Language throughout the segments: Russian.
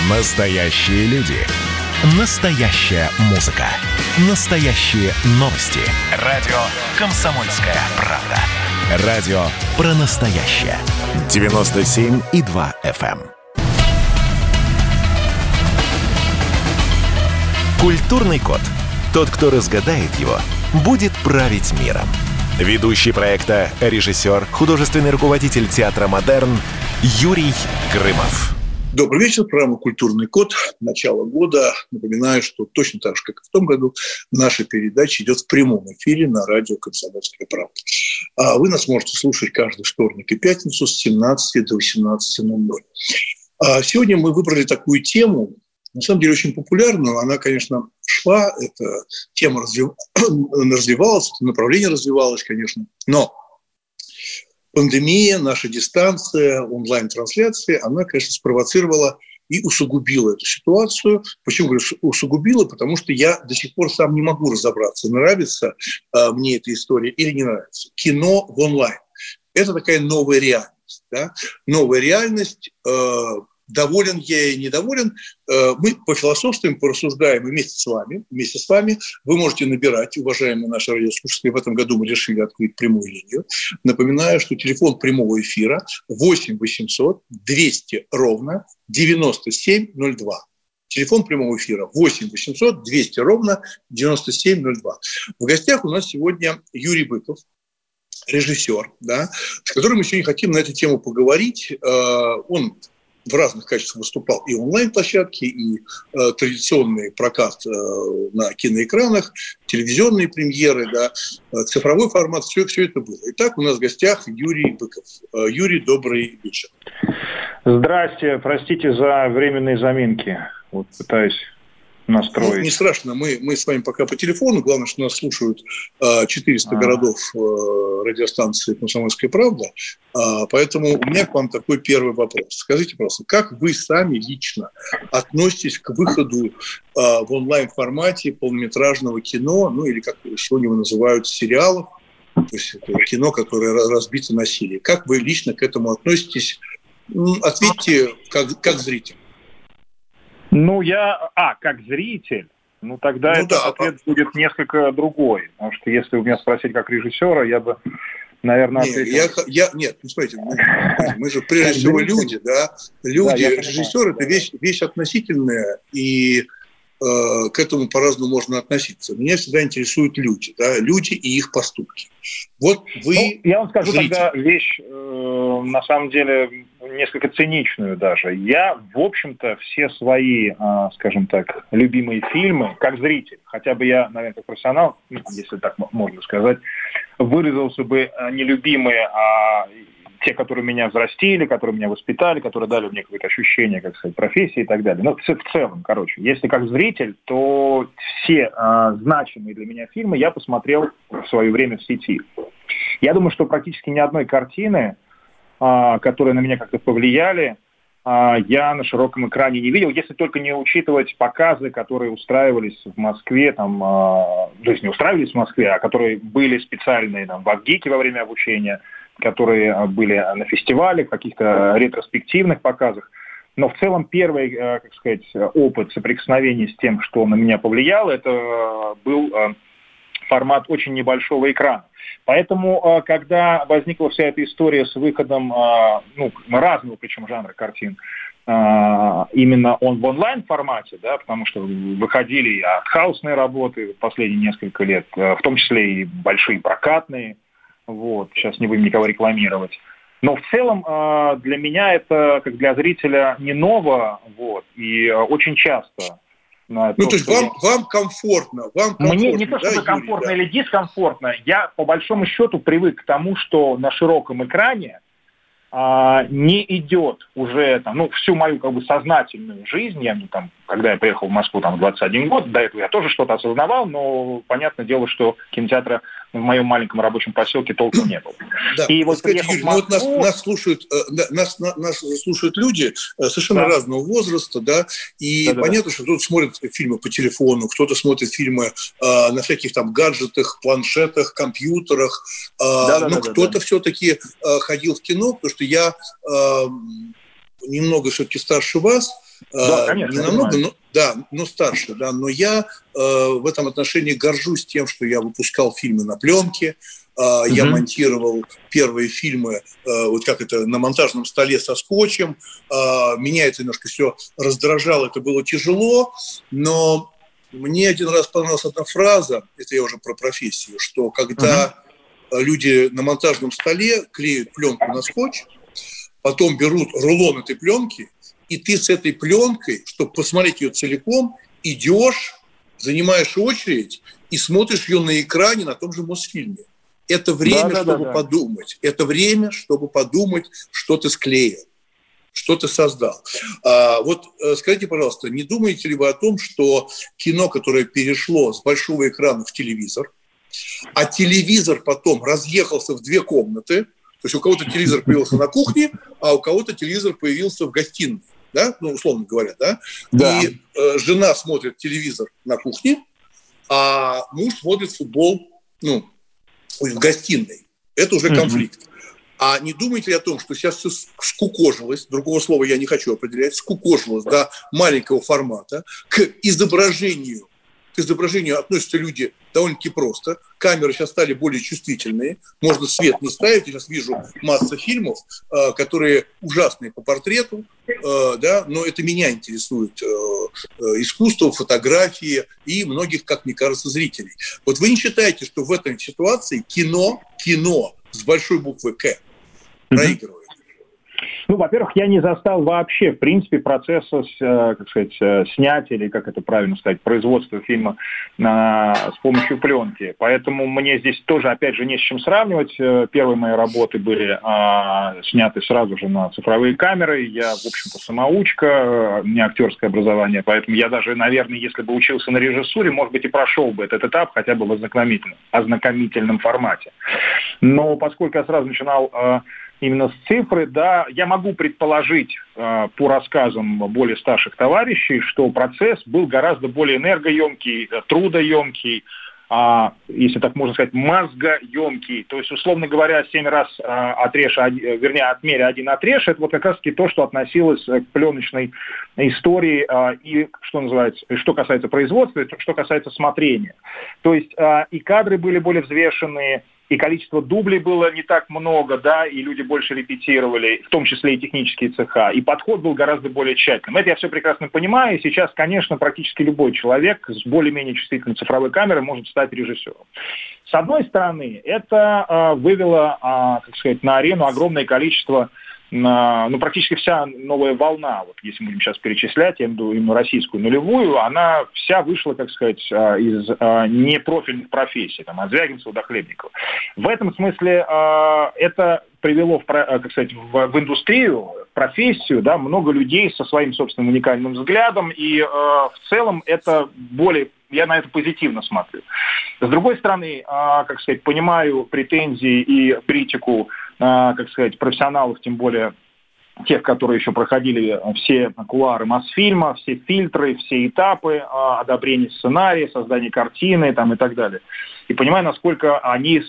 Настоящие люди. Настоящая музыка. Настоящие новости. Радио «Комсомольская правда». Радио про настоящее. 97,2 FM. Культурный код. Тот, кто разгадает его, будет править миром. Ведущий проекта, режиссер, художественный руководитель театра «Модерн» Юрий Грымов. Добрый вечер. Программа «Культурный код». Начало года. Напоминаю, что точно так же, как и в том году, наша передача идет в прямом эфире на радио «Комсомольская правда». А вы нас можете слушать каждый вторник и пятницу с 17 до 18:00. Сегодня мы выбрали такую тему, на самом деле очень популярную. Она, конечно, шла, эта тема развивалась, это направление развивалось, конечно. Но пандемия, наша дистанция, онлайн-трансляции, она, конечно, спровоцировала и усугубила эту ситуацию. Почему говорю усугубила? Потому что я до сих пор сам не могу разобраться, нравится мне эта история или не нравится. Кино в онлайн – это такая новая реальность. Да? Новая реальность. Доволен я и недоволен, мы пофилософствуем, порассуждаем вместе с вами. Вы можете набирать, уважаемые наши радиослушатели, в этом году мы решили открыть прямую линию. Напоминаю, что телефон прямого эфира 8 800 200 ровно 9702. Телефон прямого эфира 8 800 200 ровно 9702. В гостях у нас сегодня Юрий Быков, режиссер, да, с которым мы сегодня хотим на эту тему поговорить. Он в разных качествах выступал и онлайн-площадки, и традиционный прокат на киноэкранах, телевизионные премьеры, да, цифровой формат, все это было. Итак, у нас в гостях Юрий Быков. Юрий, добрый вечер. Здрасте, простите за временные заминки. Вот пытаюсь настроить. Ну, не страшно, мы с вами пока по телефону. Главное, что нас слушают 400 городов радиостанции «Комсомольская правда». Поэтому у меня к вам такой первый вопрос. Скажите, пожалуйста, как вы сами лично относитесь к выходу в онлайн-формате полнометражного кино, ну или, как сегодня его называют, сериалов, то есть это кино, которое разбито на серии. Как вы лично к этому относитесь? Ответьте как зритель. Ну, как зритель, тогда ответ будет несколько другой. Потому что если у меня спросить как режиссера, я бы, наверное, ответил... Нет, смотрите, мы же прежде всего люди, да? Люди, режиссер – это вещь относительная, и к этому по-разному можно относиться. Меня всегда интересуют люди, да? Люди и их поступки. Вот вы... я вам скажу тогда вещь, на самом деле, несколько циничную даже. Я, в общем-то, все свои, скажем так, любимые фильмы, как зритель, хотя бы я, наверное, как профессионал, если так можно сказать, выразился бы не любимые, а те, которые меня взрастили, которые меня воспитали, которые дали мне какое-то ощущение, как сказать, профессии и так далее. Но в целом, если как зритель, то все значимые для меня фильмы я посмотрел в свое время в сети. Я думаю, что практически ни одной картины, которые на меня как-то повлияли, я на широком экране не видел, если только не учитывать показы, которые устраивались в Москве, то есть не устраивались в Москве, а которые были специальные в Авгике во время обучения, которые были на фестивале, в каких-то ретроспективных показах. Но в целом первый, опыт соприкосновения с тем, что на меня повлияло, это был формат очень небольшого экрана. Поэтому, когда возникла вся эта история с выходом разного, причем жанра картин, именно в онлайн-формате, да, потому что выходили и артхаусные работы в последние несколько лет, в том числе и большие прокатные, сейчас не будем никого рекламировать. Но в целом для меня это, как для зрителя, не ново, и очень часто... то есть вам комфортно? Мне не то, чтобы комфортно или дискомфортно. Я, по большому счету, привык к тому, что на широком экране не идет уже всю мою сознательную жизнь. Когда я приехал в Москву в 21 год, до этого я тоже что-то осознавал, но понятное дело, что кинотеатра в моем маленьком рабочем поселке толком не было. Да. И Юрий, Москву... нас слушают люди совершенно разного возраста, да, и понятно, что кто-то смотрит фильмы по телефону, кто-то смотрит фильмы на всяких гаджетах, планшетах, компьютерах, кто-то все-таки ходил в кино, потому что я немного все-таки старше вас. Да, конечно, не намного, но старше, да. Но я в этом отношении горжусь тем, что я выпускал фильмы на пленке. Я монтировал первые фильмы, на монтажном столе со скотчем. Меня это немножко все раздражало, это было тяжело, но мне один раз понравилась одна фраза, это я уже про профессию, что когда люди на монтажном столе клеют пленку на скотч, потом берут рулон этой пленки, и ты с этой пленкой, чтобы посмотреть ее целиком, идешь, занимаешь очередь и смотришь ее на экране на том же Мосфильме. Это время, чтобы подумать. Это время, чтобы подумать, что ты склеил, что ты создал. Скажите, пожалуйста, не думаете ли вы о том, что кино, которое перешло с большого экрана в телевизор, а телевизор потом разъехался в две комнаты, то есть у кого-то телевизор появился на кухне, а у кого-то телевизор появился в гостиной, да? Условно говоря, да? Да. И жена смотрит телевизор на кухне, а муж смотрит футбол, в гостиной. Это уже конфликт. А не думаете ли о том, что сейчас все скукожилось, другого слова я не хочу определять, скукожилось до маленького формата, к изображению относятся люди довольно-таки просто. Камеры сейчас стали более чувствительные. Можно свет не ставить. Я сейчас вижу массу фильмов, которые ужасные по портрету, но это меня интересует. Искусство, фотографии и многих, как мне кажется, зрителей. Вот вы не считаете, что в этой ситуации кино с большой буквы «К» проигрывает? Во-первых, я не застал вообще, в принципе, процесса, снятия, или, как это правильно сказать, производства фильма с помощью пленки. Поэтому мне здесь тоже, опять же, не с чем сравнивать. Первые мои работы были сняты сразу же на цифровые камеры. Я, в общем-то, самоучка, у меня актерское образование, поэтому я даже, наверное, если бы учился на режиссуре, может быть, и прошел бы этот этап хотя бы в ознакомительном формате. Но поскольку я сразу начинал именно с цифры, да, я могу предположить по рассказам более старших товарищей, что процесс был гораздо более энергоемкий, трудоемкий, если так можно сказать, мозгоемкий. То есть, условно говоря, 7 раз отмерь, 1 отрежь, это вот как раз-таки то, что относилось к пленочной истории и, что называется, что касается производства, и что касается смотрения. То есть и кадры были более взвешенные, и количество дублей было не так много, да, и люди больше репетировали, в том числе и технические цеха, и подход был гораздо более тщательным. Это я все прекрасно понимаю, и сейчас, конечно, практически любой человек с более-менее чувствительной цифровой камерой может стать режиссером. С одной стороны, это вывело, на арену огромное количество, практически вся новая волна, вот если мы будем сейчас перечислять, я имею в виду именно российскую нулевую, она вся вышла, из непрофильных профессий, от Звягинцева до Хлебникова. В этом смысле это привело, в индустрию, в профессию, да, много людей со своим собственным уникальным взглядом, и в целом это я на это позитивно смотрю. С другой стороны, понимаю претензии и критику, профессионалов, тем более тех, которые еще проходили все кулуары Мосфильма, все фильтры, все этапы одобрения сценария, создания картины и так далее. И понимаю, насколько они,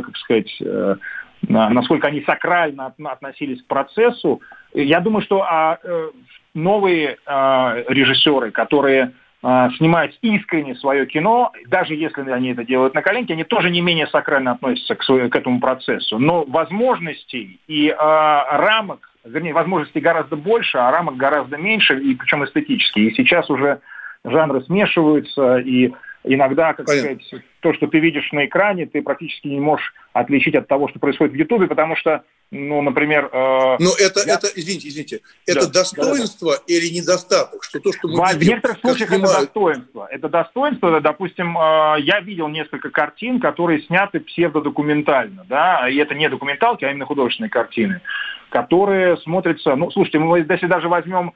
насколько они сакрально относились к процессу. Я думаю, что новые режиссеры, которые снимать искренне свое кино, даже если они это делают на коленке, они тоже не менее сакрально относятся к этому процессу. Но возможностей и рамок, возможностей гораздо больше, а рамок гораздо меньше, и причем эстетически. И сейчас уже жанры смешиваются, и иногда, то, что ты видишь на экране, ты практически не можешь отличить от того, что происходит в Ютубе, потому что, например... Извините, это достоинство или недостаток? Что то, что мы видим, в некоторых случаях это достоинство. Это достоинство, допустим, я видел несколько картин, которые сняты псевдодокументально, да, и это не документалки, а именно художественные картины, которые смотрятся... слушайте, если даже возьмем,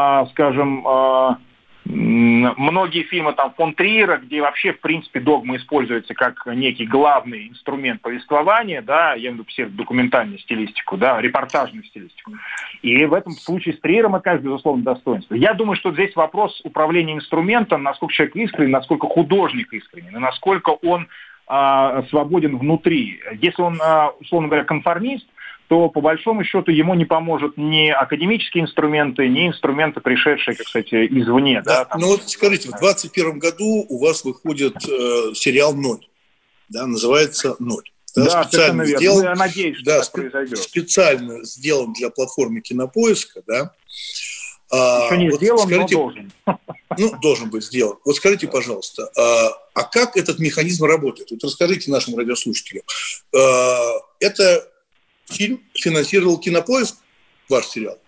многие фильмы фон Триера, где вообще, в принципе, догма используется как некий главный инструмент повествования, да, я имею в виду псевдодокументальную стилистику, да, репортажную стилистику. И в этом случае с Триером это, конечно, безусловно, достоинство. Я думаю, что здесь вопрос управления инструментом, насколько человек искренен, насколько художник искренен, и насколько он свободен внутри. Если он, условно говоря, конформист, то по большому счету ему не поможет ни академические инструменты, ни инструменты, пришедшие, кстати, извне. Да, там, ну вот скажите, в 2021 году у вас выходит сериал «Ноль», да, называется «Ноль». Да, специально сделан, я надеюсь, что так произойдет. Специально сделан для платформы Кинопоиска, да. Еще не сделан, скажите, но должен. Ну, должен быть сделан. Вот скажите, пожалуйста, а как этот механизм работает? Вот расскажите нашим радиослушателям. Это фильм финансировал Кинопоиск, ваш сериал?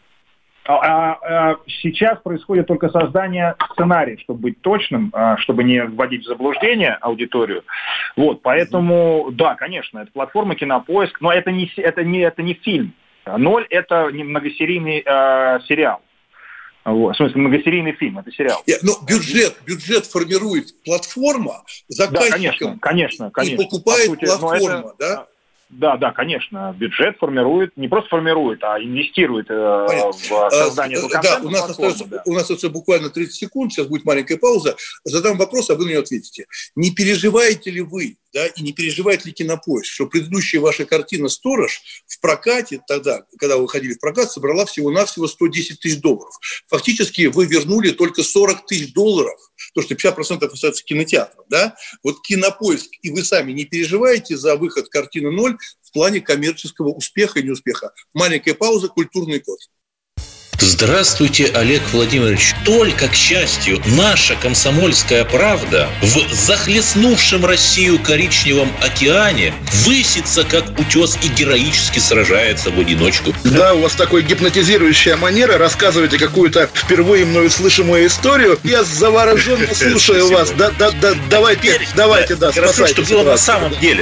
Сейчас происходит только создание сценария, чтобы быть точным, чтобы не вводить в заблуждение аудиторию. Вот, поэтому, да, конечно, это платформа Кинопоиск, но это не фильм. «Ноль» — это не многосерийный сериал. Вот, в смысле, многосерийный фильм, это сериал. Но бюджет формирует платформа, заказчиком, да, конечно. И покупает платформа, да? Да, конечно. Бюджет формирует, не просто формирует, а инвестирует в создание этого контента. Да, у нас остается буквально 30 секунд, сейчас будет маленькая пауза. Задам вопрос, а вы на него ответите. Не переживаете ли вы, да, и не переживает ли Кинопоиск, что предыдущая ваша картина «Сторож» в прокате тогда, когда вы выходили в прокат, собрала всего-навсего $110 тысяч. Фактически вы вернули только $40 тысяч, потому что 50% остается кинотеатром, да? Вот Кинопоиск и вы сами не переживаете за выход картины «Ноль» в плане коммерческого успеха и неуспеха? Маленькая пауза, культурный код. Здравствуйте, Олег Владимирович. Только, к счастью, наша «Комсомольская правда» в захлестнувшем Россию коричневом океане высится, как утес, и героически сражается в одиночку. Да, у вас такой гипнотизирующая манера. Рассказываете какую-то впервые мною слышимую историю. Я завороженно слушаю вас. Давайте, спасайте. Что было на самом деле.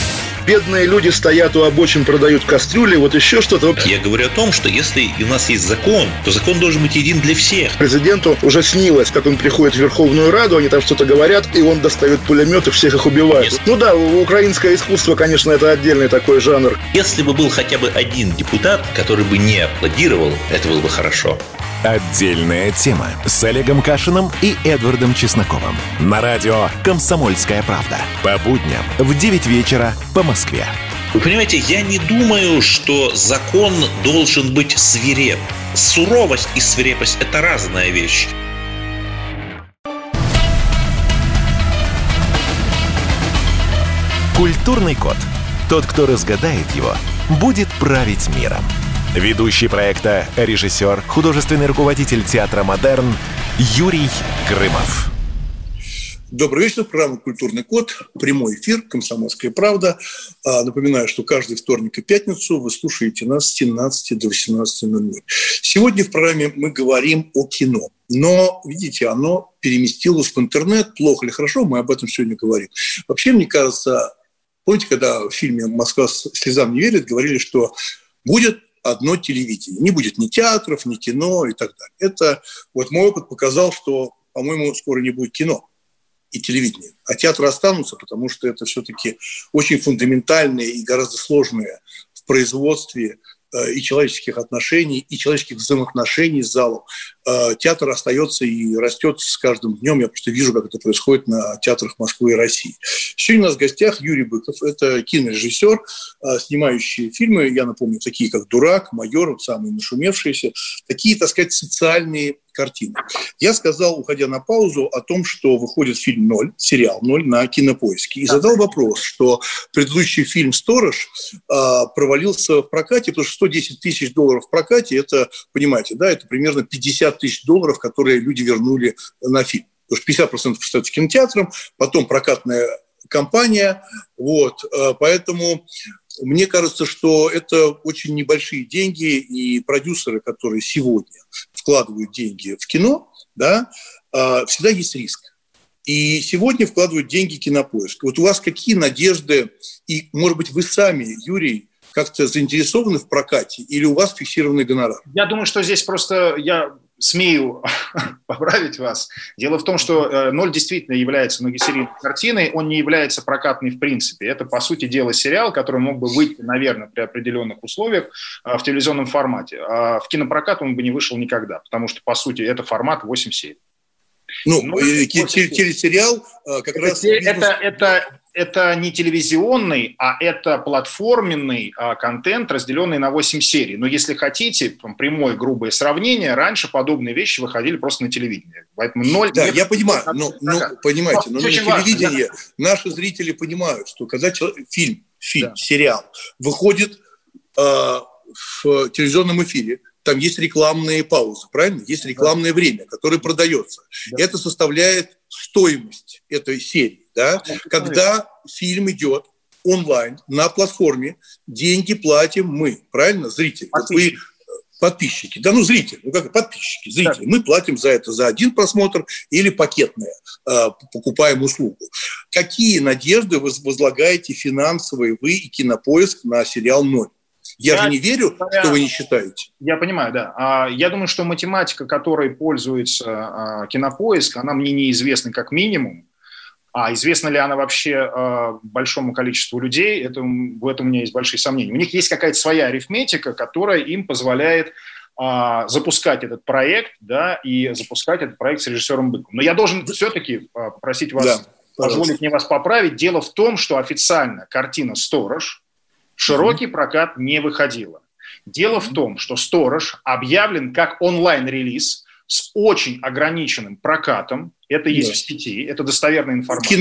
Бедные люди стоят у обочин, продают кастрюли, вот еще что-то. Я говорю о том, что если у нас есть закон, то закон должен быть един для всех. Президенту уже снилось, как он приходит в Верховную Раду, они там что-то говорят, и он достает пулемет и всех их убивает. Ну да, украинское искусство, конечно, это отдельный такой жанр. Если бы был хотя бы один депутат, который бы не аплодировал, это было бы хорошо. Отдельная тема с Олегом Кашиным и Эдвардом Чесноковым. На радио «Комсомольская правда». По будням в 9 вечера по Москве. Вы понимаете, я не думаю, что закон должен быть свиреп. Суровость и свирепость – это разная вещь. Культурный код. Тот, кто разгадает его, будет править миром. Ведущий проекта, режиссер, художественный руководитель театра «Модерн» Юрий Грымов. Добрый вечер. Программа «Культурный код». Прямой эфир. «Комсомольская правда». Напоминаю, что каждый вторник и пятницу вы слушаете нас с 17 до 18:00. Сегодня в программе мы говорим о кино. Но, видите, оно переместилось в интернет. Плохо или хорошо, мы об этом сегодня говорим. Вообще, мне кажется, помните, когда в фильме «Москва слезам не верит» говорили, что будет одно телевидение. Не будет ни театров, ни кино и так далее. Это вот мой опыт показал, что, по-моему, скоро не будет кино и телевидения. А театры останутся, потому что это все-таки очень фундаментальные и гораздо сложные в производстве и человеческих отношений, и человеческих взаимоотношений с залом. Театр остается и растет с каждым днем. Я просто вижу, как это происходит на театрах Москвы и России. Сегодня у нас в гостях Юрий Быков. Это кинорежиссер, снимающий фильмы, я напомню, такие как «Дурак», «Майор», вот самые нашумевшиеся, такие, так сказать, социальные картины. Я сказал, уходя на паузу, о том, что выходит фильм «Ноль», сериал «Ноль» на Кинопоиске. И задал вопрос, что предыдущий фильм «Сторож» провалился в прокате, потому что $110 тысяч в прокате, это, понимаете, да, это примерно $50 тысяч, которые люди вернули на фильм. Потому что 50% остается кинотеатром, потом прокатная компания. Вот, поэтому мне кажется, что это очень небольшие деньги, и продюсеры, которые сегодня вкладывают деньги в кино, да, всегда есть риск. И сегодня вкладывают деньги Кинопоиск. Вот у вас какие надежды, и, может быть, вы сами, Юрий, как-то заинтересованы в прокате, или у вас фиксированный гонорар? Я думаю, что здесь просто я смею поправить вас. Дело в том, что «Ноль» действительно является многосерийной картиной, он не является прокатной в принципе. Это, по сути дела, сериал, который мог бы выйти, наверное, при определенных условиях в телевизионном формате. А в кинопрокат он бы не вышел никогда, потому что, по сути, это формат 8 серий. Ну, телесериал как раз... это не телевизионный, а это платформенный контент, разделенный на 8 серий. Но если хотите, прямое грубое сравнение, раньше подобные вещи выходили просто на телевидении. Поэтому 0... Да, я понимаю, но понимаете, но на телевидении важно, наши зрители понимают, что когда фильм, сериал выходит в телевизионном эфире, там есть рекламные паузы, правильно? Есть рекламное время, которое продается. Да. Это составляет стоимость этой серии. Да? Когда фильм идет онлайн на платформе, деньги платим мы, правильно? Зрители. Вот вы подписчики. Да, зрители. Как подписчики, зрители. Да. Мы платим за это за один просмотр или пакетное, покупаем услугу. Какие надежды вы возлагаете финансовые вы и Кинопоиск на сериал «Ноль»? Я же не верю, что вы не считаете. Я понимаю, да. Я думаю, что математика, которой пользуется Кинопоиск, она мне неизвестна как минимум. А известна ли она вообще большому количеству людей, в этом у меня есть большие сомнения. У них есть какая-то своя арифметика, которая им позволяет запускать этот проект, да, и запускать этот проект с режиссером Быковым. Но я должен все-таки попросить вас, позволить мне вас поправить. Дело в том, что официально картина «Сторож» в широкий прокат не выходила. Дело в том, что «Сторож» объявлен как онлайн-релиз с очень ограниченным прокатом. Это есть в сети, это достоверная информация.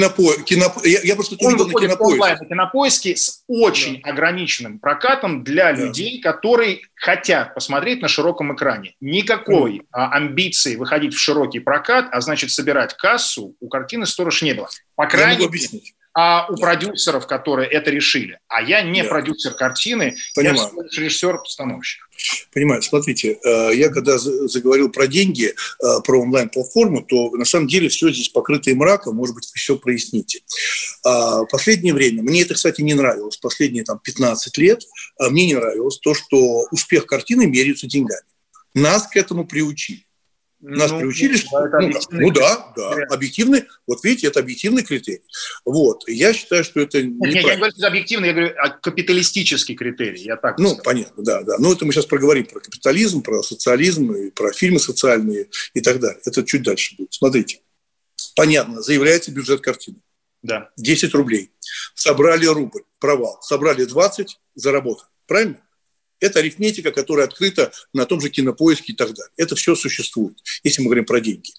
Я просто это видел на Кинопоиске. Онлайн на Кинопоиске с очень ограниченным прокатом для людей, которые хотят посмотреть на широком экране. Никакой амбиции выходить в широкий прокат, а значит собирать кассу, у картины «Сторож» не было. По крайней мере, у продюсеров, которые это решили. А я не продюсер картины, я режиссер-постановщик. Понимаю. Смотрите, я когда заговорил про деньги, про онлайн-платформу, то на самом деле все здесь покрыто мраком, может быть, вы все проясните. В последнее время, мне это, кстати, не нравилось, последние 15 лет, мне не нравилось то, что успех картины меряется деньгами. Нас к этому приучили. Нас приучили, что... объективный, вот видите, это объективный критерий. Вот, я считаю, что это неправильно. Я не говорю, что это объективный, я говорю капиталистический критерий, я так скажу. Понятно, да. Но это мы сейчас проговорим про капитализм, про социализм, и про фильмы социальные и так далее. Это чуть дальше будет. Смотрите, понятно, заявляется бюджет картины. Да. 10 рублей. Собрали рубль, провал. Собрали 20, заработали. Правильно? Это арифметика, которая открыта на том же Кинопоиске и так далее. Это все существует, если мы говорим про деньги.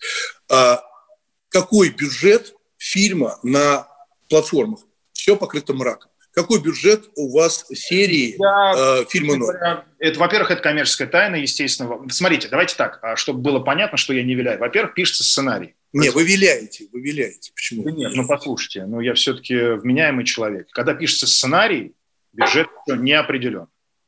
Какой бюджет фильма на платформах? Все покрыто мраком. Какой бюджет у вас серии фильма «Ноль»? Это, во-первых, это коммерческая тайна, естественно. Смотрите, давайте так, чтобы было понятно, что я не виляю. Во-первых, пишется сценарий. Не, вы виляете. Почему? Да нет, послушайте, я все-таки вменяемый человек. Когда пишется сценарий, бюджет не определен.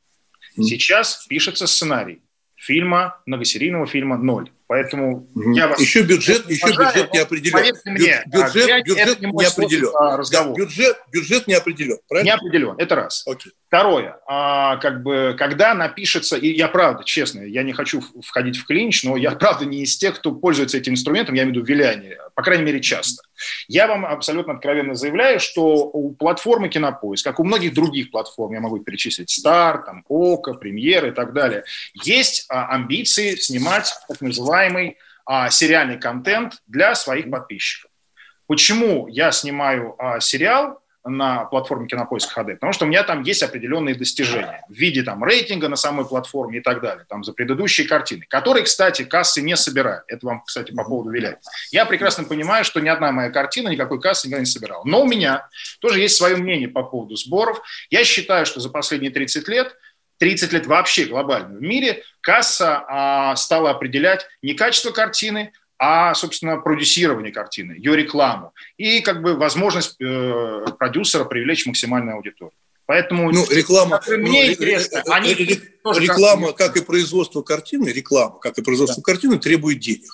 Сейчас пишется сценарий многосерийного фильма «Ноль». Поэтому я вас... Еще бюджет не определен. Поверьте мне, бюджет не определен. Бюджет не определен, правильно? Не определен, это раз. Окей. Второе, когда напишется, и я правда, честно, я не хочу входить в клинч, но я правда не из тех, кто пользуется этим инструментом, я имею в виду виляние, по крайней мере, часто. Я вам абсолютно откровенно заявляю, что у платформы Кинопоиск, как у многих других платформ, я могу перечислить Стар, Око, Премьер и так далее, есть амбиции снимать так называемый сериальный контент для своих подписчиков. Почему я снимаю сериал на платформе Кинопоиск HD? Потому что у меня там есть определенные достижения в виде рейтинга на самой платформе и так далее, за предыдущие картины, которые, кстати, кассы не собирают. Это вам, кстати, по поводу виляет. Я прекрасно понимаю, что ни одна моя картина никакой кассы никогда не собирала. Но у меня тоже есть свое мнение по поводу сборов. Я считаю, что за последние 30 лет вообще глобально в мире, касса стала определять не качество картины, а, собственно, продюсирование картины, ее рекламу и возможность продюсера привлечь максимальную аудиторию. Поэтому реклама, мне интересно. Реклама, как и производство картины, картины требует денег.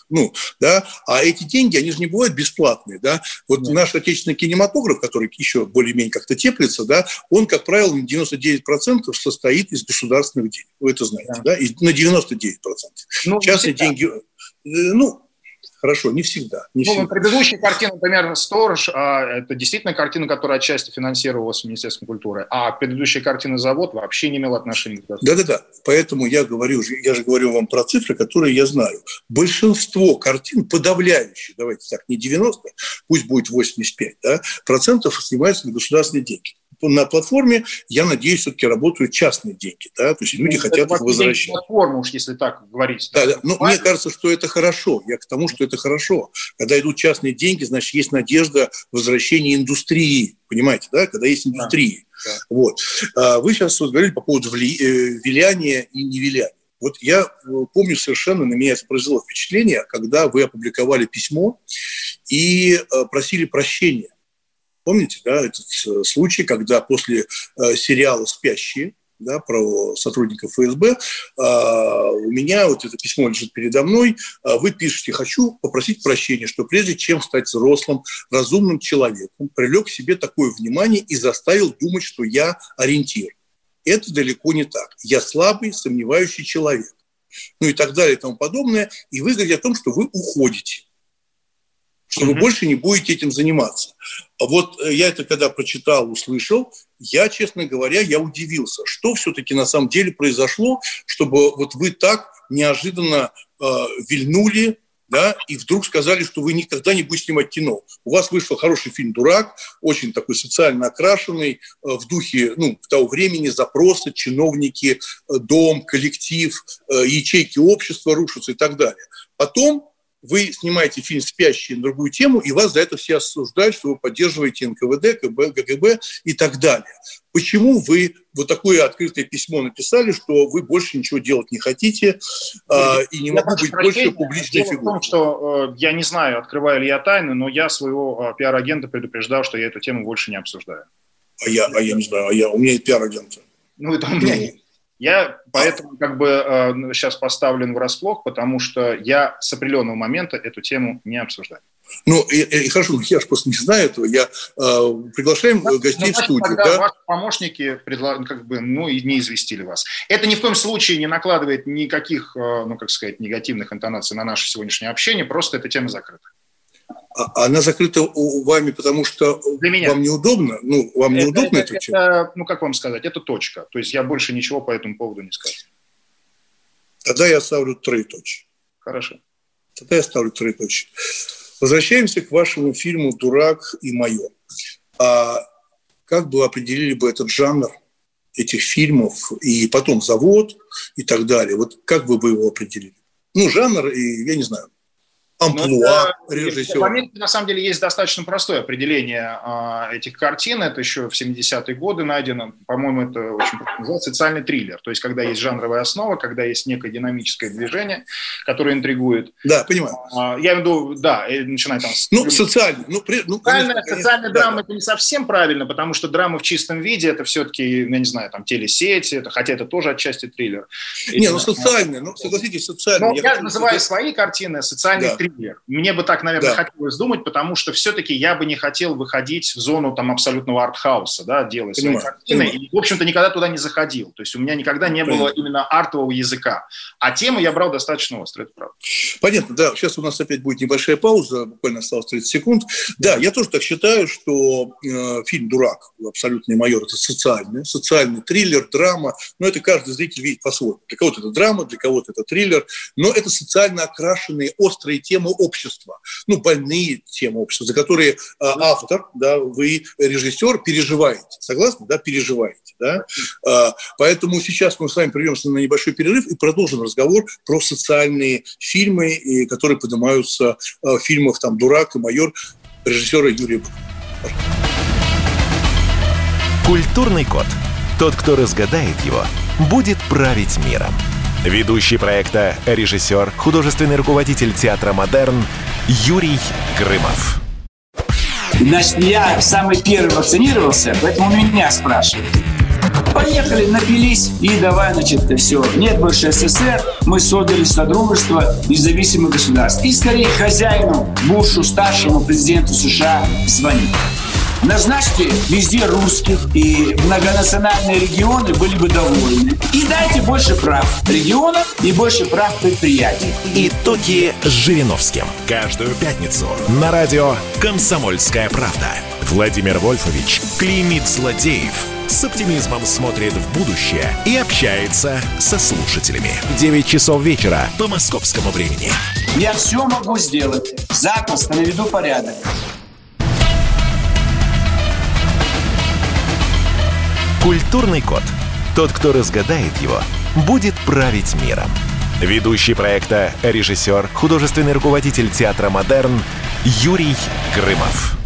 А эти деньги, они же не бывают бесплатные. Да? Вот наш отечественный кинематограф, который еще более-менее как-то теплится, он, как правило, на 99% состоит из государственных денег. Вы это знаете, да? И на 99%. Частные деньги... Хорошо, не всегда. Не всегда. Предыдущая картина, например, «Сторож», это действительно картина, которая отчасти финансировалась Министерством культуры, а предыдущая картина «Завод» вообще не имела отношения к этому. Да. Поэтому я же говорю вам про цифры, которые я знаю. Большинство картин, подавляющие, давайте так, не 90, пусть будет 85, да, процентов снимаются на государственные деньги. На платформе, я надеюсь, все-таки работают частные деньги, да, то есть люди хотят их возвращать. Платформу, уж если так говорить. Да. Но мне кажется, что это хорошо. Я к тому, что это хорошо. Когда идут частные деньги, значит, есть надежда возвращения индустрии, понимаете, да, когда есть индустрия. Да. Вот. Вы сейчас говорили по поводу виляния и невиляния. Вот я помню совершенно, на меня это произвело впечатление, когда вы опубликовали письмо и просили прощения. Помните, да, этот случай, когда после сериала «Спящие», да, про сотрудников ФСБ, у меня вот это письмо лежит передо мной, вы пишете: «Хочу попросить прощения, что прежде чем стать взрослым, разумным человеком, привлек к себе такое внимание и заставил думать, что я ориентир. Это далеко не так. Я слабый, сомневающий человек». Ну и так далее и тому подобное. И вы говорите о том, что вы уходите, что вы больше не будете этим заниматься. Вот я это когда прочитал, услышал, я, честно говоря, я удивился, что все-таки на самом деле произошло, чтобы вот вы так неожиданно вильнули, да, и вдруг сказали, что вы никогда не будете снимать кино. У вас вышел хороший фильм «Дурак», очень такой социально окрашенный, в духе того времени, запросы, чиновники, дом, коллектив, ячейки общества рушатся и так далее. Потом вы снимаете фильм «Спящие» на другую тему, и вас за это все осуждают, что вы поддерживаете НКВД, КГБ и так далее. Почему вы вот такое открытое письмо написали, что вы больше ничего делать не хотите и не могу быть больше публичной фигурой? Дело в том, что я не знаю, открываю ли я тайну, но я своего пиар-агента предупреждал, что я эту тему больше не обсуждаю. А я не знаю, у меня есть пиар-агент. Это у меня есть. Я поэтому сейчас поставлен врасплох, потому что я с определенного момента эту тему не обсуждаю. Хорошо, я же просто не знаю этого. Я приглашаем гостей в студию. Тогда ваши помощники и не известили вас. Это ни в коем случае не накладывает никаких, негативных интонаций на наше сегодняшнее общение, просто эта тема закрыта. Она закрыта вами, потому что вам неудобно? Вам неудобно это? Как вам сказать, это точка. То есть я больше ничего по этому поводу не скажу. Тогда я ставлю троеточие. Хорошо. Тогда я ставлю троеточие. Возвращаемся к вашему фильму «Дурак» и «Майор». Как бы определили бы этот жанр этих фильмов, и потом «Завод» и так далее? Вот как вы бы его определили? Жанр, и я не знаю, амплуа режиссера. В Америке, на самом деле, есть достаточно простое определение этих картин. Это еще в 70-е годы найдено. По-моему, это очень называется социальный триллер. То есть, когда есть жанровая основа, когда есть некое динамическое движение, которое интригует. Да, понимаю. Я имею в виду, да, начиная там с... социальный. Социальная драма – это не совсем правильно, потому что драма в чистом виде – это все-таки, я не знаю, там, телесети, хотя это тоже отчасти триллер. Социальный, согласитесь, социальный. Я называю свои картины социальный триллер. Мне бы так, наверное, хотелось думать, потому что все-таки я бы не хотел выходить в зону там абсолютного артхауса, да, делая свои картины. И, в общем-то, никогда туда не заходил. То есть у меня никогда не было именно артового языка. А тему я брал достаточно остро, это правда. Понятно, да. Сейчас у нас опять будет небольшая пауза, буквально осталось 30 секунд. Да, я тоже так считаю, что фильм «Дурак», «Абсолютный майор» – это социальный триллер, драма. Но это каждый зритель видит по-своему. Для кого-то это драма, для кого-то это триллер. Но это социально окрашенные, острые темы общества, больные темы общества, за которые автор, да, вы, режиссер, переживаете. Согласны? Да, переживаете. Да? Поэтому сейчас мы с вами прервемся на небольшой перерыв и продолжим разговор про социальные фильмы, которые поднимаются в фильмах там «Дурак» и «Майор» режиссера Юрия Быкова. Культурный код. Тот, кто разгадает его, будет править миром. Ведущий проекта, режиссер, художественный руководитель театра «Модерн» Юрий Грымов. Значит, я самый первый вакцинировался, поэтому меня спрашивают. Поехали, напились и давай, все. Нет больше СССР, мы создали Содружество независимых государств. И скорее хозяину, Бушу, старшему президенту США звонить. Назначьте везде русских, и многонациональные регионы были бы довольны. И дайте больше прав регионам и больше прав предприятий. Итоги с Жириновским. Каждую пятницу на радио «Комсомольская правда». Владимир Вольфович клеймит злодеев, с оптимизмом смотрит в будущее и общается со слушателями. 9 часов вечера по московскому времени. Я все могу сделать. Запросто наведу порядок. Культурный код. Тот, кто разгадает его, будет править миром. Ведущий проекта, режиссер, художественный руководитель театра «Модерн» Юрий Грымов.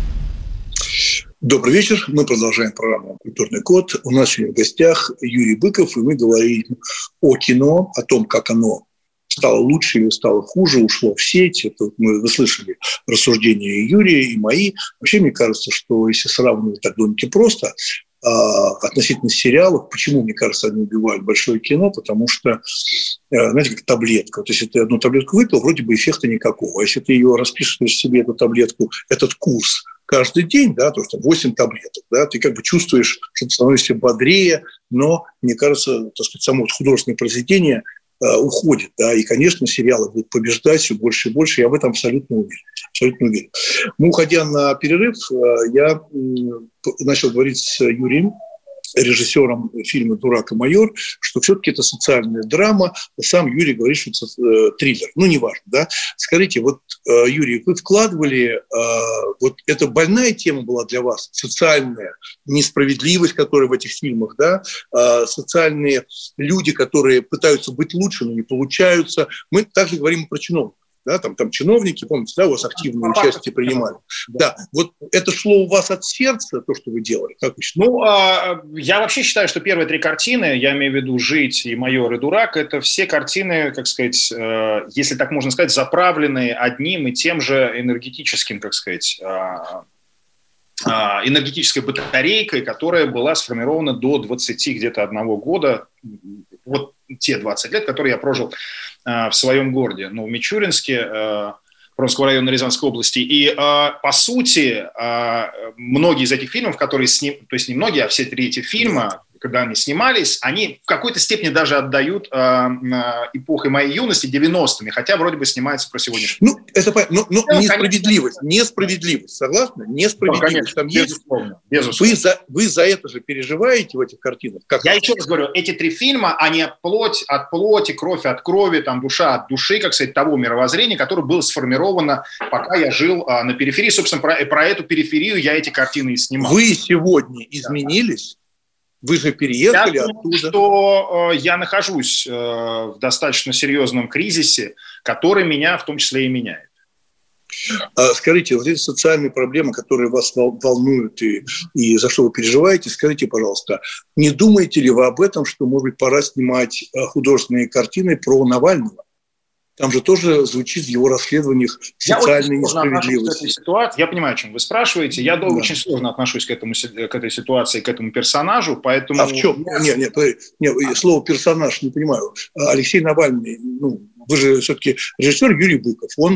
Добрый вечер. Мы продолжаем программу «Культурный код». У нас сегодня в гостях Юрий Быков, и мы говорим о кино, о том, как оно стало лучше или стало хуже, ушло в сеть. Это вы слышали рассуждения Юрия и мои. Вообще, мне кажется, что если сравнивать так довольно-таки просто, относительно сериалов, почему, мне кажется, они убивают большое кино, потому что, знаете, как таблетка. Вот если ты одну таблетку выпил, вроде бы эффекта никакого. А если ты ее распишешь себе, эту таблетку, этот курс каждый день, да, то есть 8 таблеток, да, ты как бы чувствуешь, что ты становишься бодрее, но, мне кажется, так сказать, само художественное произведение уходит, да, и, конечно, сериалы будут побеждать все больше и больше, я в этом абсолютно уверен. Абсолютно уверен. Мы, уходя на перерыв, я начал говорить с Юрием, режиссером фильма «Дурак и майор», что все-таки это социальная драма. Сам Юрий говорит, что это триллер. Ну, неважно, да. Скажите, вот, Юрий, вы вкладывали, вот эта больная тема была для вас, социальная несправедливость, которая в этих фильмах, да, социальные люди, которые пытаются быть лучше, но не получаются. Мы также говорим про чиновников. Да, там чиновники, помните, да, у вас активное участие принимали. Да, вот это шло у вас от сердца, то, что вы делали? Как вы считаете? Ну, я вообще считаю, что первые 3 картины, я имею в виду «Жить» и «Майор» и «Дурак», это все картины, как сказать, если так можно сказать, заправленные одним и тем же энергетическим, как сказать, энергетической батарейкой, которая была сформирована до 20 где-то 1 года, вот те 20 лет, которые я прожил в своем городе, в Мичуринске, Пронского района Рязанской области. И, по сути, многие из этих фильмов, которые то есть не многие, а все 3 эти фильма, когда они снимались, они в какой-то степени даже отдают эпохой моей юности, 90-ми, хотя вроде бы снимается про сегодняшний. Ну, это понятно. Но несправедливость, согласны? Несправедливость. Там безусловно, есть. Безусловно. Вы за это же переживаете в этих картинах? Я еще раз говорю, эти 3 фильма, они плоть от плоти, кровь от крови, там, душа от души, как сказать, того мировоззрения, которое было сформировано, пока я жил на периферии. Собственно, про эту периферию я эти картины и снимал. Вы сегодня изменились? Вы же переехали оттуда. Я думаю, что я нахожусь в достаточно серьезном кризисе, который меня в том числе и меняет. Скажите, вот эти социальные проблемы, которые вас волнуют и за что вы переживаете, скажите, пожалуйста, не думаете ли вы об этом, что, может быть, пора снимать художественные картины про Навального? Там же тоже звучит в его расследованиях социальной несправедливости. Я понимаю, о чем вы спрашиваете. Я очень сложно отношусь к этой ситуации, к этому персонажу, поэтому... А в чем? Нет, слово «персонаж» не понимаю. Алексей Навальный, вы же все-таки режиссер Юрий Быков, он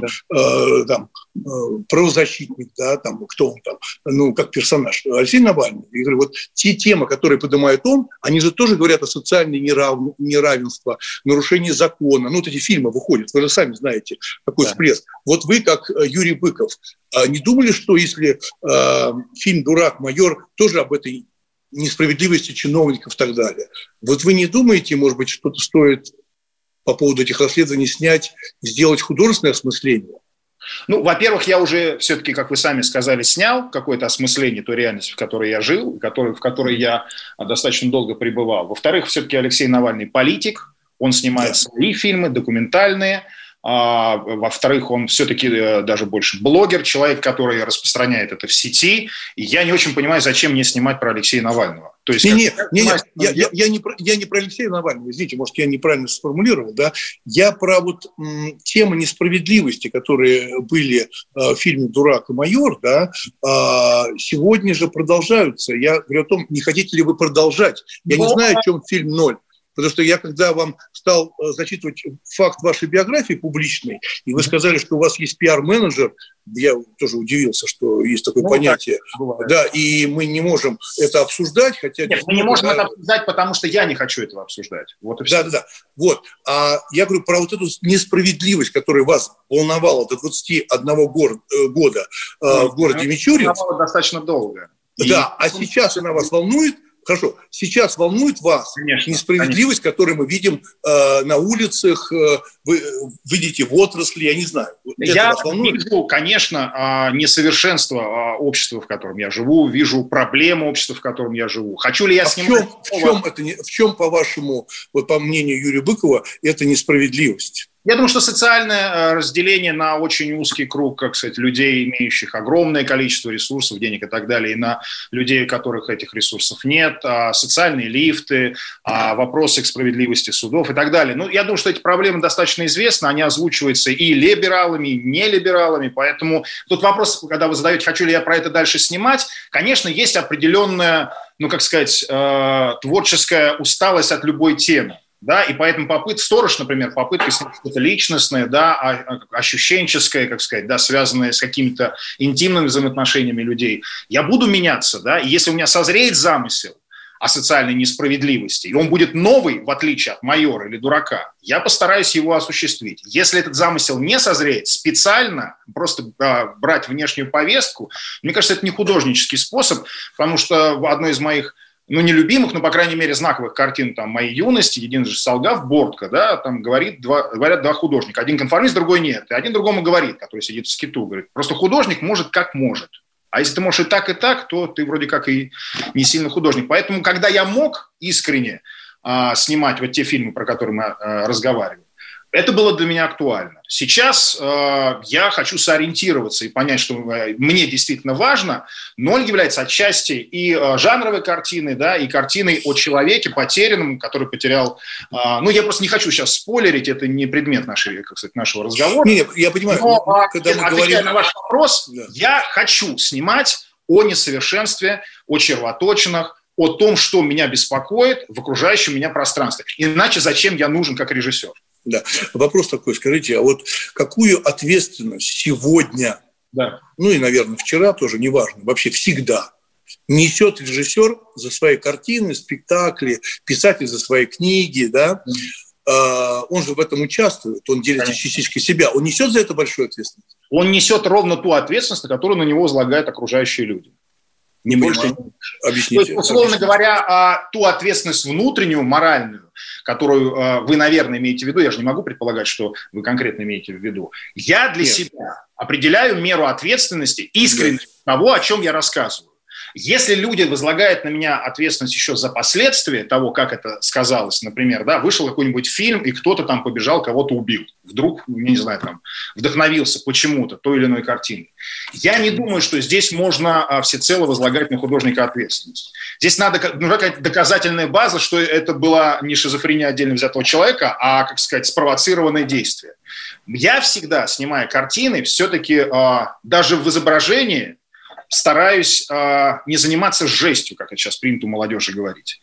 правозащитник, да, там, кто он там, как персонаж. Алексей Навальный, я говорю, вот те темы, которые поднимает он, они же тоже говорят о социальном неравенстве, нарушении закона. Вот эти фильмы выходят, вы же сами знаете, какой всплеск. Вот вы, как Юрий Быков, не думали, что если фильм «Дурак, майор» тоже об этой несправедливости чиновников и так далее, вот вы не думаете, может быть, что-то стоит по поводу этих расследований снять, сделать художественное осмысление? Во-первых, я уже все-таки, как вы сами сказали, снял какое-то осмысление той реальности, в которой я жил, в которой я достаточно долго пребывал. Во-вторых, все-таки Алексей Навальный политик, он снимает свои фильмы, документальные. Во-вторых, он все-таки даже больше блогер, человек, который распространяет это в сети. И я не очень понимаю, зачем мне снимать про Алексея Навального. То есть, я не про Алексея Навального, извините, может, я неправильно сформулировал, да? Я про темы несправедливости, которые были в фильме «Дурак и майор», да, сегодня же продолжаются. Я говорю о том, не хотите ли вы продолжать. Я не знаю, о чем фильм «Ноль». Потому что я, когда вам стал зачитывать факт вашей биографии публичной, и вы сказали, что у вас есть пиар-менеджер, я тоже удивился, что есть такое понятие. Да, и мы не можем это обсуждать, хотя... Нет, мы не можем это обсуждать, потому что я не хочу этого обсуждать. Вот и все. Да. Вот. А я говорю про вот эту несправедливость, которая вас волновала до 21 года в городе Мичуринск. Волновала достаточно долго. Да, а сейчас она вас волнует. Хорошо, сейчас волнует вас несправедливость, которую мы видим на улицах, вы видите в отрасли, я не знаю. Я вижу, конечно, несовершенство общества, в котором я живу, вижу проблемы общества, в котором я живу. Хочу ли я снимать... В чем, по-вашему, вот по мнению Юрия Быкова, это несправедливость? Я думаю, что социальное разделение на очень узкий круг, как сказать, людей, имеющих огромное количество ресурсов, денег и так далее, и на людей, у которых этих ресурсов нет, социальные лифты, вопросы к справедливости судов и так далее. Ну, я думаю, что эти проблемы достаточно известны, они озвучиваются и либералами, и нелибералами, поэтому тут вопрос, когда вы задаете, хочу ли я про это дальше снимать, конечно, есть определенная, ну, как сказать, творческая усталость от любой темы. Да, и поэтому «Сторож», например, попытка снять что-то личностное, да, ощущенческое, как сказать, да, связанное с какими-то интимными взаимоотношениями людей. Я буду меняться, да, и если у меня созреет замысел о социальной несправедливости, и он будет новый, в отличие от «Майора» или «Дурака», я постараюсь его осуществить. Если этот замысел не созреет, специально просто брать внешнюю повестку, мне кажется, это не художнический способ, потому что в одной из моих нелюбимых, но, по крайней мере, знаковых картин там, моей юности, «Единый же солгав», Бортко, да, там говорят два художника. Один конформист, другой нет. И один другому говорит, который сидит в скиту, говорит, просто художник может как может. А если ты можешь и так, то ты вроде как и не сильно художник. Поэтому, когда я мог искренне снимать вот те фильмы, про которые мы разговаривали, это было для меня актуально. Сейчас я хочу сориентироваться и понять, что мне действительно важно. «Ноль» является отчасти и жанровой картиной, да, и картиной о человеке потерянном, который потерял... я просто не хочу сейчас спойлерить, это не предмет нашего разговора. Нет, я понимаю. Но, отвечая на ваш вопрос, да. Я хочу снимать о несовершенстве, о червоточинах, о том, что меня беспокоит в окружающем меня пространстве. Иначе зачем я нужен как режиссер? Да. Вопрос такой, скажите, а вот какую ответственность сегодня, да. Ну и, наверное, вчера тоже, неважно, вообще всегда несет режиссер за свои картины, спектакли, писатель за свои книги, да? Он же в этом участвует, он делится частичкой себя. Он несет за это большую ответственность? Он несет ровно ту ответственность, которую на него возлагают окружающие люди. Не больше. Объясните. То есть, условно говоря, ту ответственность внутреннюю, моральную, которую вы, наверное, имеете в виду, я же не могу предполагать, что вы конкретно имеете в виду, я для себя определяю меру ответственности, искренности того, о чем я рассказываю. Если люди возлагают на меня ответственность еще за последствия того, как это сказалось, например, да, вышел какой-нибудь фильм, и кто-то там побежал, кого-то убил, вдруг, не знаю, там, вдохновился почему-то той или иной картиной. Я не думаю, что здесь можно всецело возлагать на художника ответственность. Здесь нужна какая-то доказательная база, что это была не шизофрения отдельно взятого человека, а, как сказать, спровоцированное действие. Я всегда, снимая картины, все-таки даже в изображении стараюсь не заниматься жестью, как это сейчас принято у молодежи говорить.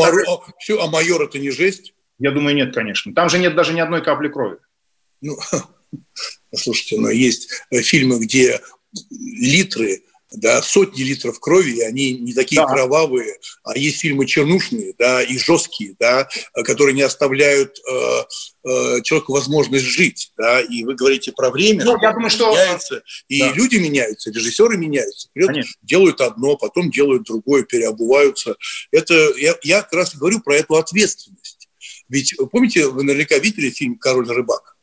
А «Майор» — это не жесть? Я думаю, нет, конечно. Там же нет даже ни одной капли крови. Ну, слушайте, но есть фильмы, где литры, да, сотни литров крови, и они не такие кровавые, а есть фильмы чернушные, да, и жесткие, да, которые не оставляют человеку возможность жить, да, и вы говорите про время, я думаю, что меняется, и люди меняются, режиссеры меняются, делают одно, потом делают другое, переобуваются. Это я как раз говорю про эту ответственность. Ведь помните, вы наверняка видели фильм «Король рыбак»?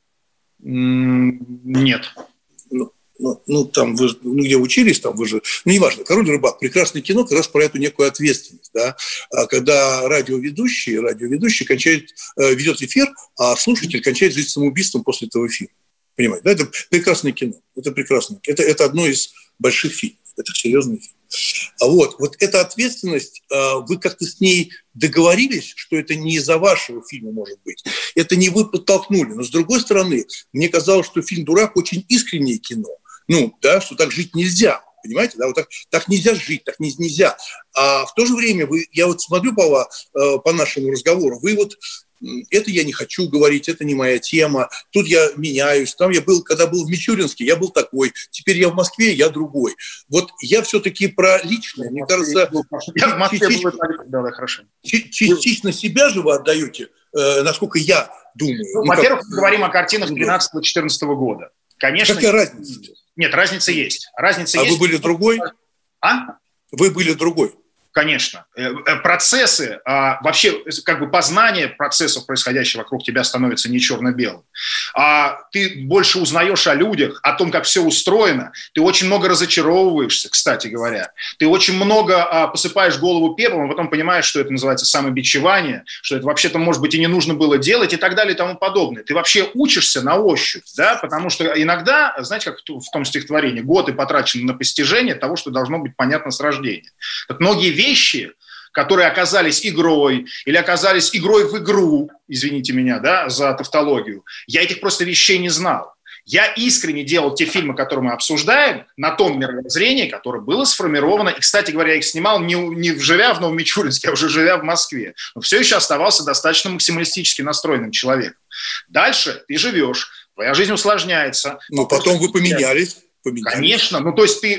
Нет. Там вы где учились, там вы же, неважно, «Король рыбак», прекрасное кино как раз про эту некую ответственность, да, когда радиоведущий ведет эфир, а слушатель кончает жизнь самоубийством после этого фильма. Понимаете, да, это прекрасное кино, это одно из больших фильмов, это серьезный фильм. Вот эта ответственность, вы как-то с ней договорились, что это не из-за вашего фильма, может быть. Это не вы подтолкнули. Но, с другой стороны, мне казалось, что фильм «Дурак» очень искреннее кино. Что так жить нельзя. Понимаете, да, вот так нельзя жить, так нельзя. А в то же время я вот смотрю по нашему разговору, вы вот это я не хочу говорить, это не моя тема, тут я меняюсь, там я был, когда был в Мичуринске, я был такой, теперь я в Москве, я другой. Вот я все-таки про личное, мне кажется, частично себя же вы отдаете, насколько я думаю. Во-первых, мы говорим о картинах 13-14 года. Конечно. Какая разница? Нет, разница есть. Вы были другой? Вы были другой? Конечно. Процессы, вообще как бы познание процессов, происходящих вокруг тебя, становится не черно-белым. Ты больше узнаешь о людях, о том, как все устроено. Ты очень много разочаровываешься, кстати говоря. Ты очень много посыпаешь голову пеплом, а потом понимаешь, что это называется самобичевание, что это вообще-то, может быть, и не нужно было делать и так далее и тому подобное. Ты вообще учишься на ощупь, да, потому что иногда, знаете, как в том стихотворении, годы потрачены на постижение того, что должно быть понятно с рождения. Так многие вещи, которые оказались игрой или оказались игрой в игру, извините меня, да, за тавтологию, я этих просто вещей не знал. Я искренне делал те фильмы, которые мы обсуждаем, на том мировоззрении, которое было сформировано. И, кстати говоря, я их снимал не живя в Новомичуринске, а уже живя в Москве. Но все еще оставался достаточно максималистически настроенным человеком. Дальше ты живешь, твоя жизнь усложняется. Но потом вы поменялись. Конечно, ну то есть ты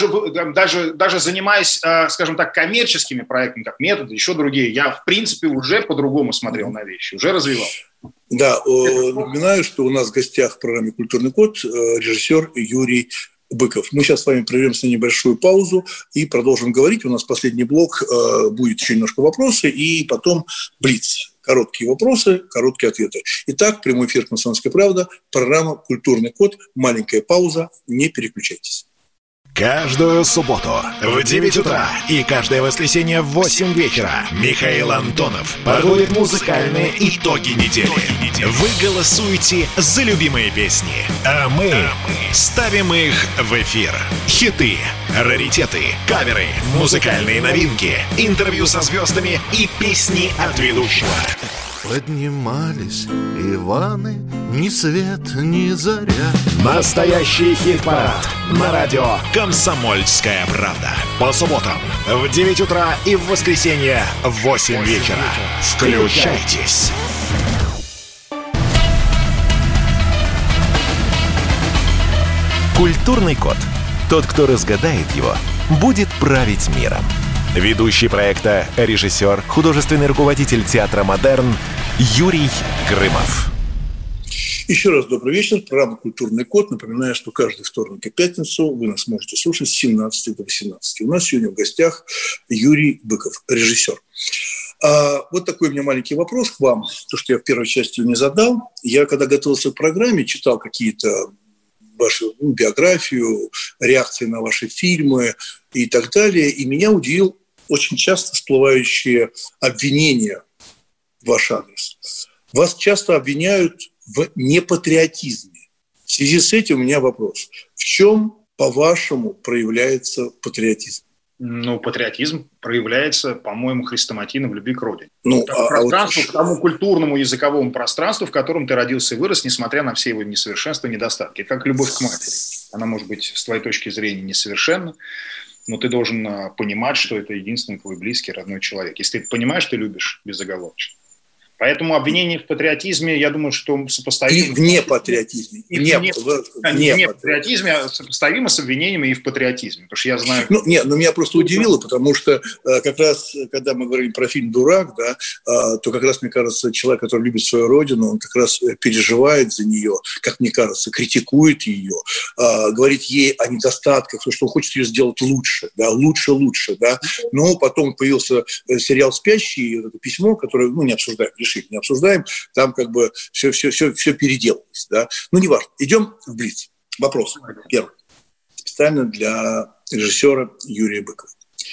даже занимаясь, скажем так, коммерческими проектами, как методы, еще другие, я в принципе уже по-другому смотрел на вещи, уже развивал. Да, напоминаю, что у нас в гостях в программе «Культурный код» режиссер Юрий Быков. Мы сейчас с вами прервемся на небольшую паузу и продолжим говорить. У нас последний блок, будет еще немножко вопросы и потом блиц. Короткие вопросы, короткие ответы. Итак, прямой эфир «Комсомольская правда», программа «Культурный код». Маленькая пауза, не переключайтесь. Каждую субботу в 9 утра и каждое воскресенье в 8 вечера Михаил Антонов подводит музыкальные итоги недели. Вы голосуете за любимые песни, а мы ставим их в эфир. Хиты, раритеты, каверы, музыкальные новинки, интервью со звездами и песни от ведущего. Поднимались Иваны, ни свет, ни заря. Настоящий хит-парад на радио «Комсомольская правда». По субботам в 9 утра и в воскресенье в 8 вечера. Включайтесь. Культурный код. Тот, кто разгадает его, будет править миром. Ведущий проекта, режиссер, художественный руководитель театра «Модерн» Юрий Грымов. Еще раз добрый вечер. Программа «Культурный код». Напоминаю, что каждый вторник и пятницу вы нас можете слушать с 17 до 18. У нас сегодня в гостях Юрий Быков, режиссер. Вот такой у меня маленький вопрос к вам. То, что я в первой части не задал. Я, когда готовился к программе, читал какие-то вашу биографию, реакции на ваши фильмы и так далее. И меня удивил очень часто всплывающие обвинения в ваш адрес. Вас часто обвиняют в непатриотизме. В связи с этим у меня вопрос. В чем, по-вашему, проявляется патриотизм? Ну, патриотизм проявляется, по-моему, хрестоматийно в любви к родине. К тому культурному языковому пространству, в котором ты родился и вырос, несмотря на все его несовершенства и недостатки. Это как любовь к матери. Она может быть, с твоей точки зрения, несовершенна, но ты должен понимать, что это единственный твой близкий, родной человек. Если ты понимаешь, ты любишь безоговорочно. Поэтому обвинение в патриотизме, я думаю, что сопоставимо... И в непатриотизме. Не в патриотизме, а сопоставимо с обвинениями и в патриотизме. Потому что я знаю... Меня просто удивило, потому что как раз, когда мы говорим про фильм «Дурак», да, то как раз, мне кажется, человек, который любит свою родину, он как раз переживает за нее, как мне кажется, критикует ее, говорит ей о недостатках, что он хочет ее сделать лучше, да, лучше, да. Но потом появился сериал «Спящий», это письмо, которое, не обсуждаем, не обсуждаем, там как бы все переделалось. Да? Неважно. Идем в блиц. Вопрос первый. Специально для режиссера Юрия Быкова.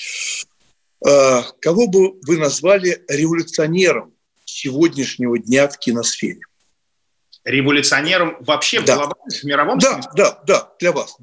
Кого бы вы назвали революционером сегодняшнего дня в киносфере? Революционером вообще в мировом смысле? Да, для вас.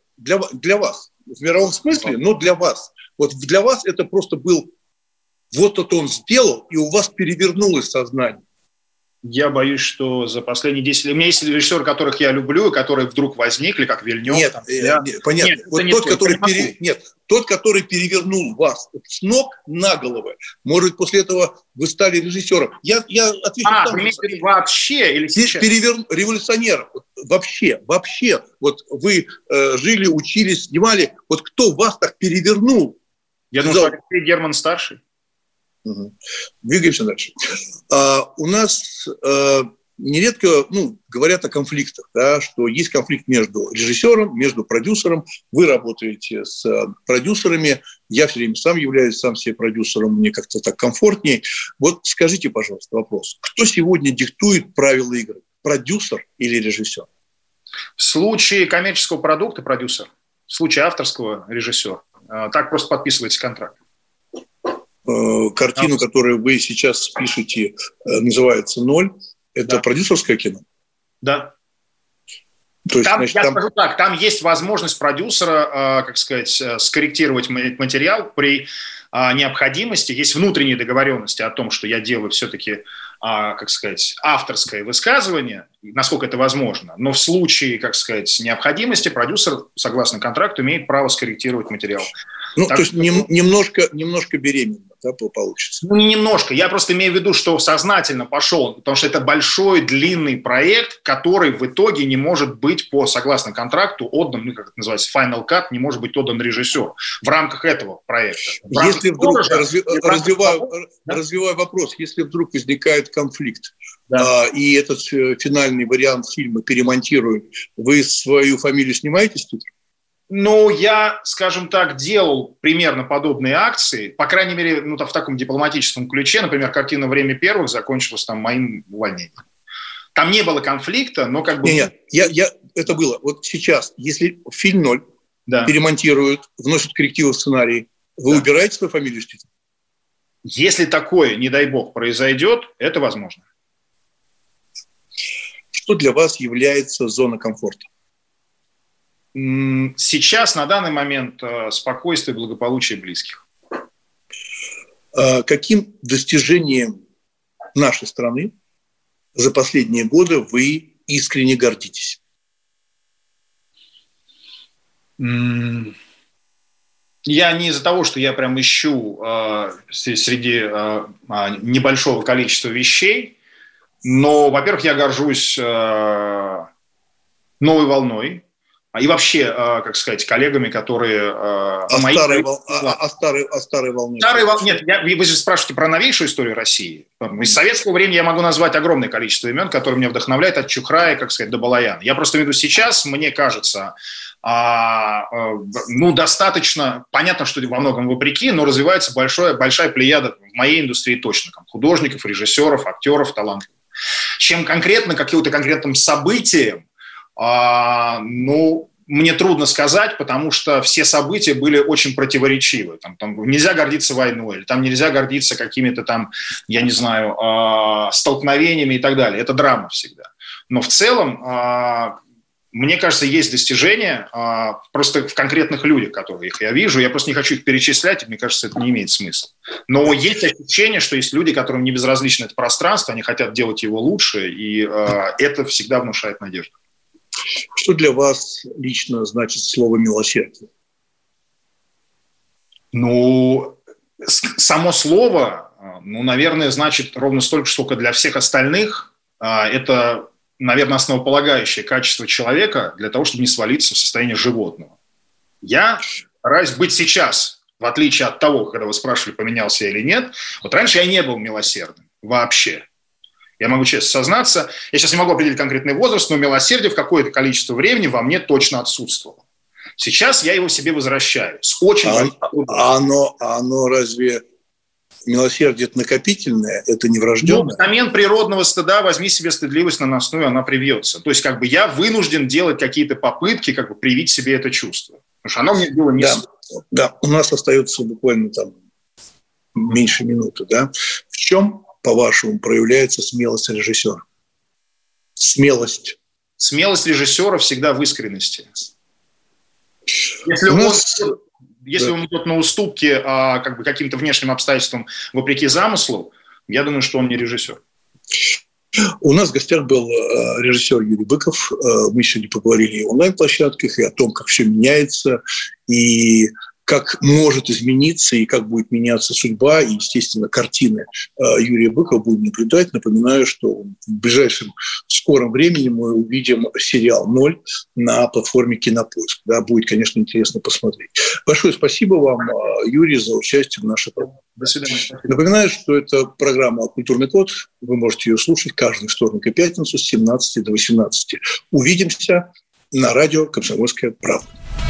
В мировом смысле, но для вас. Вот для вас это просто был... Вот это он сделал, и у вас перевернулось сознание. Я боюсь, что за последние 10 лет... У меня есть режиссеры, которых я люблю, и которые вдруг возникли, как Вильнёв. Нет, понятно. Нет, вот тот, который перевернул вас с ног на головы, может, после этого вы стали режиссером. Я отвечу вообще или сейчас? Революционером. Вообще. Вот вы жили, учились, снимали. Вот кто вас так перевернул? Я думаю, что Алексей Герман-старший. Двигаемся дальше. У нас нередко говорят о конфликтах, да, что есть конфликт между режиссером, между продюсером. Вы работаете с продюсерами. Я все время сам являюсь себе продюсером, мне как-то так комфортнее. Вот скажите, пожалуйста, вопрос. Кто сегодня диктует правила игры? Продюсер или режиссер? В случае коммерческого продукта продюсер, в случае авторского режиссер. Так просто подписывается контракт. Картину, которую вы сейчас пишете, называется «Ноль». Это продюсерское кино? Да. То есть, скажу так, там есть возможность продюсера, скорректировать материал при необходимости. Есть внутренние договоренности о том, что я делаю все-таки, авторское высказывание, насколько это возможно. Но в случае, необходимости продюсер, согласно контракту, имеет право скорректировать материал. То есть немножко беременна, да, получится? Не немножко. Я просто имею в виду, что сознательно пошел, потому что это большой, длинный проект, который в итоге не может быть согласно контракту отдан, как это называется, final cut, не может быть отдан режиссеру в рамках этого проекта. Если вдруг, развивая вопрос, если вдруг возникает конфликт, и этот финальный вариант фильма перемонтируют, вы свою фамилию снимаете с титров? Я, скажем так, делал примерно подобные акции, по крайней мере, в таком дипломатическом ключе. Например, картина «Время первых» закончилась моим увольнением. Там не было конфликта, но Нет, это было. Вот сейчас, если фильм «Ноль» перемонтируют, вносят коррективы в сценарий, вы убираете свою фамилию с титров? Если такое, не дай бог, произойдет, это возможно. Что для вас является зона комфорта? Сейчас, на данный момент, спокойствие и благополучие близких. Каким достижением нашей страны за последние годы вы искренне гордитесь? Я не из-за того, что я прям ищу среди небольшого количества вещей, но, во-первых, я горжусь новой волной. И вообще, коллегами, которые... старой волне? Нет, вы же спрашиваете про новейшую историю России. Из советского времени я могу назвать огромное количество имен, которые меня вдохновляют от Чухрая, до Балаяна. Я просто имею в виду сейчас, мне кажется, достаточно, понятно, что во многом вопреки, но развивается большая плеяда в моей индустрии точно, художников, режиссеров, актеров, талантов. Чем конкретно, каким-то конкретным событием, мне трудно сказать, потому что все события были очень противоречивы. Там нельзя гордиться войной, или там нельзя гордиться какими-то столкновениями и так далее. Это драма всегда. Но в целом, мне кажется, есть достижения просто в конкретных людях, которые я вижу. Я просто не хочу их перечислять, и мне кажется, это не имеет смысла. Но есть ощущение, что есть люди, которым не безразлично это пространство, они хотят делать его лучше, и это всегда внушает надежду. Что для вас лично значит слово «милосердие»? Само слово, наверное, значит ровно столько, сколько для всех остальных. Это, наверное, основополагающее качество человека для того, чтобы не свалиться в состояние животного. Я стараюсь быть сейчас, в отличие от того, когда вы спрашивали, поменялся я или нет. Вот раньше я не был милосердным вообще. Я могу честно сознаться, я сейчас не могу определить конкретный возраст, но милосердие в какое-то количество времени во мне точно отсутствовало. Сейчас я его себе возвращаю. С очень оно разве милосердие это накопительное, это не врожденное? В момент природного стыда возьми себе стыдливость наносную, она привьется. То есть я вынужден делать какие-то попытки привить себе это чувство. Потому что оно мне было не... Да, у нас остается буквально меньше минуты. Да? В чем, по-вашему, проявляется смелость режиссера? Смелость режиссера всегда в искренности. Если он идет на уступки каким-то внешним обстоятельствам вопреки замыслу, я думаю, что он не режиссер. У нас в гостях был режиссер Юрий Быков. Мы сегодня поговорили и о онлайн-площадках, и о том, как все меняется, и как может измениться, и как будет меняться судьба, и, естественно, картины Юрия Быкова будем наблюдать. Напоминаю, что в ближайшем скором времени мы увидим сериал «Ноль» на платформе «Кинопоиск». Да, будет, конечно, интересно посмотреть. Большое спасибо вам, Юрий, за участие в нашей программе. До свидания. Напоминаю, что это программа «Культурный код». Вы можете ее слушать каждый вторник и пятницу с 17 до 18. Увидимся на радио «Комсомольская правда».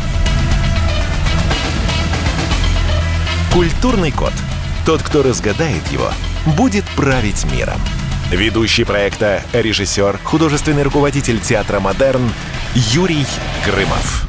Культурный код. Тот, кто разгадает его, будет править миром. Ведущий проекта, режиссер, художественный руководитель театра «Модерн» Юрий Грымов.